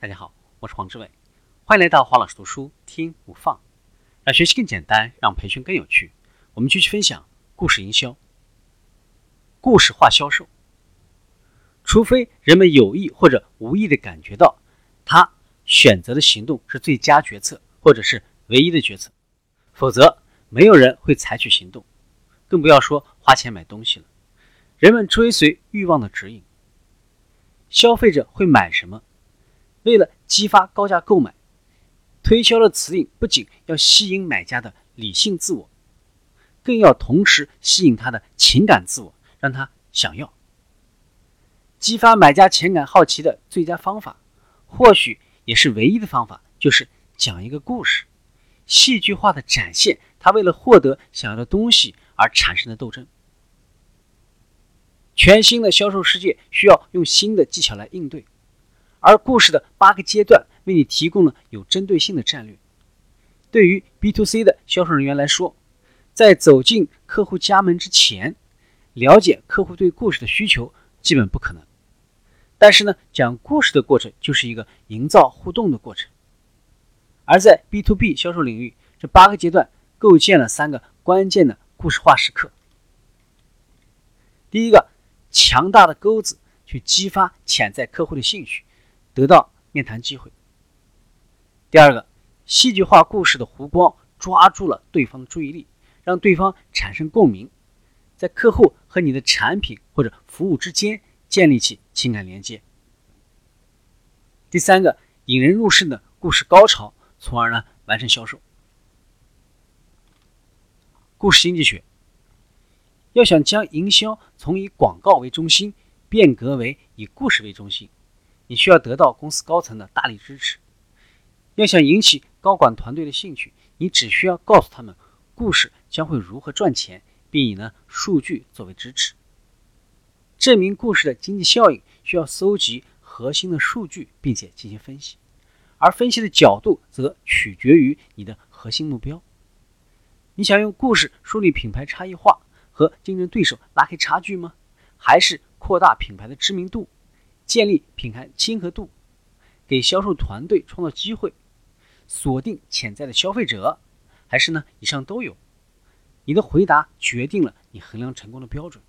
大家好，我是黄志伟，欢迎来到黄老师读书听无放，让学习更简单，让培训更有趣。我们继续分享故事营销，故事化销售。除非人们有意或者无意地感觉到他选择的行动是最佳决策或者是唯一的决策，否则没有人会采取行动，更不要说花钱买东西了。人们追随欲望的指引，消费者会买什么？为了激发高价购买，推销的词引不仅要吸引买家的理性自我，更要同时吸引他的情感自我，让他想要。激发买家情感好奇的最佳方法，或许也是唯一的方法，就是讲一个故事，戏剧化的展现他为了获得想要的东西而产生的斗争。全新的销售世界需要用新的技巧来应对，而故事的8个阶段为你提供了有针对性的战略。对于 B2C 的销售人员来说，在走进客户家门之前，了解客户对故事的需求基本不可能。但是呢，讲故事的过程就是一个营造互动的过程。而在 B2B 销售领域，这8个阶段构建了3个关键的故事化时刻。第一个，强大的钩子去激发潜在客户的兴趣，得到面谈机会。第二个，戏剧化故事的弧光抓住了对方的注意力，让对方产生共鸣，在客户和你的产品或者服务之间建立起情感连接。第三个，引人入胜的故事高潮，从而呢完成销售。故事经济学，要想将营销从以广告为中心变革为以故事为中心，你需要得到公司高层的大力支持。要想引起高管团队的兴趣，你只需要告诉他们故事将会如何赚钱，并以数据作为支持。证明故事的经济效应需要搜集核心的数据，并且进行分析，而分析的角度则取决于你的核心目标。你想用故事树立品牌差异化，和竞争对手拉开差距吗？还是扩大品牌的知名度，建立品牌亲和度，给销售团队创造机会，锁定潜在的消费者，还是以上都有？你的回答决定了你衡量成功的标准。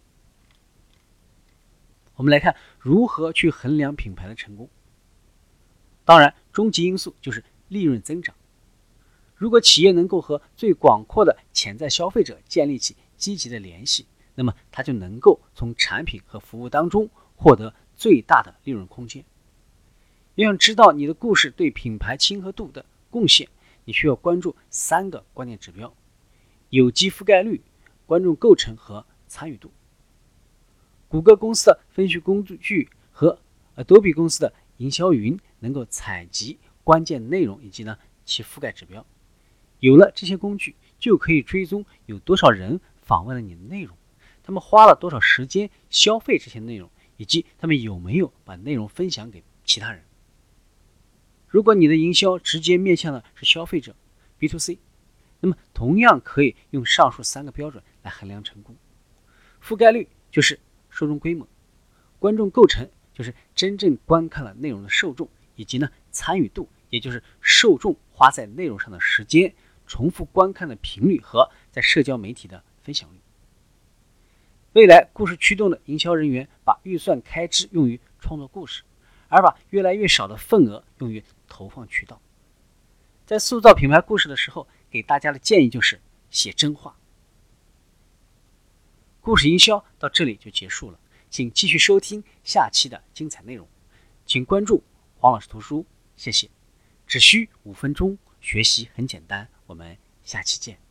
我们来看如何去衡量品牌的成功。当然，终极因素就是利润增长。如果企业能够和最广阔的潜在消费者建立起积极的联系，那么它就能够从产品和服务当中获得最大的利润空间。要想知道你的故事对品牌亲和度的贡献，你需要关注3个关键指标：有机覆盖率、观众构成和参与度。谷歌公司的分析工具和 Adobe 公司的营销云能够采集关键内容以及其覆盖指标。有了这些工具，就可以追踪有多少人访问了你的内容，他们花了多少时间消费这些内容，以及他们有没有把内容分享给其他人。如果你的营销直接面向的是消费者 B2C， 那么同样可以用上述3个标准来衡量成功。覆盖率就是受众规模，观众构成就是真正观看了内容的受众，以及参与度，也就是受众花在内容上的时间、重复观看的频率和在社交媒体的分享率。未来故事驱动的营销人员把预算开支用于创作故事，而把越来越少的份额用于投放渠道。在塑造品牌故事的时候，给大家的建议就是写真话。故事营销到这里就结束了，请继续收听下期的精彩内容。请关注黄老师图书，谢谢。只需5分钟，学习很简单，我们下期见。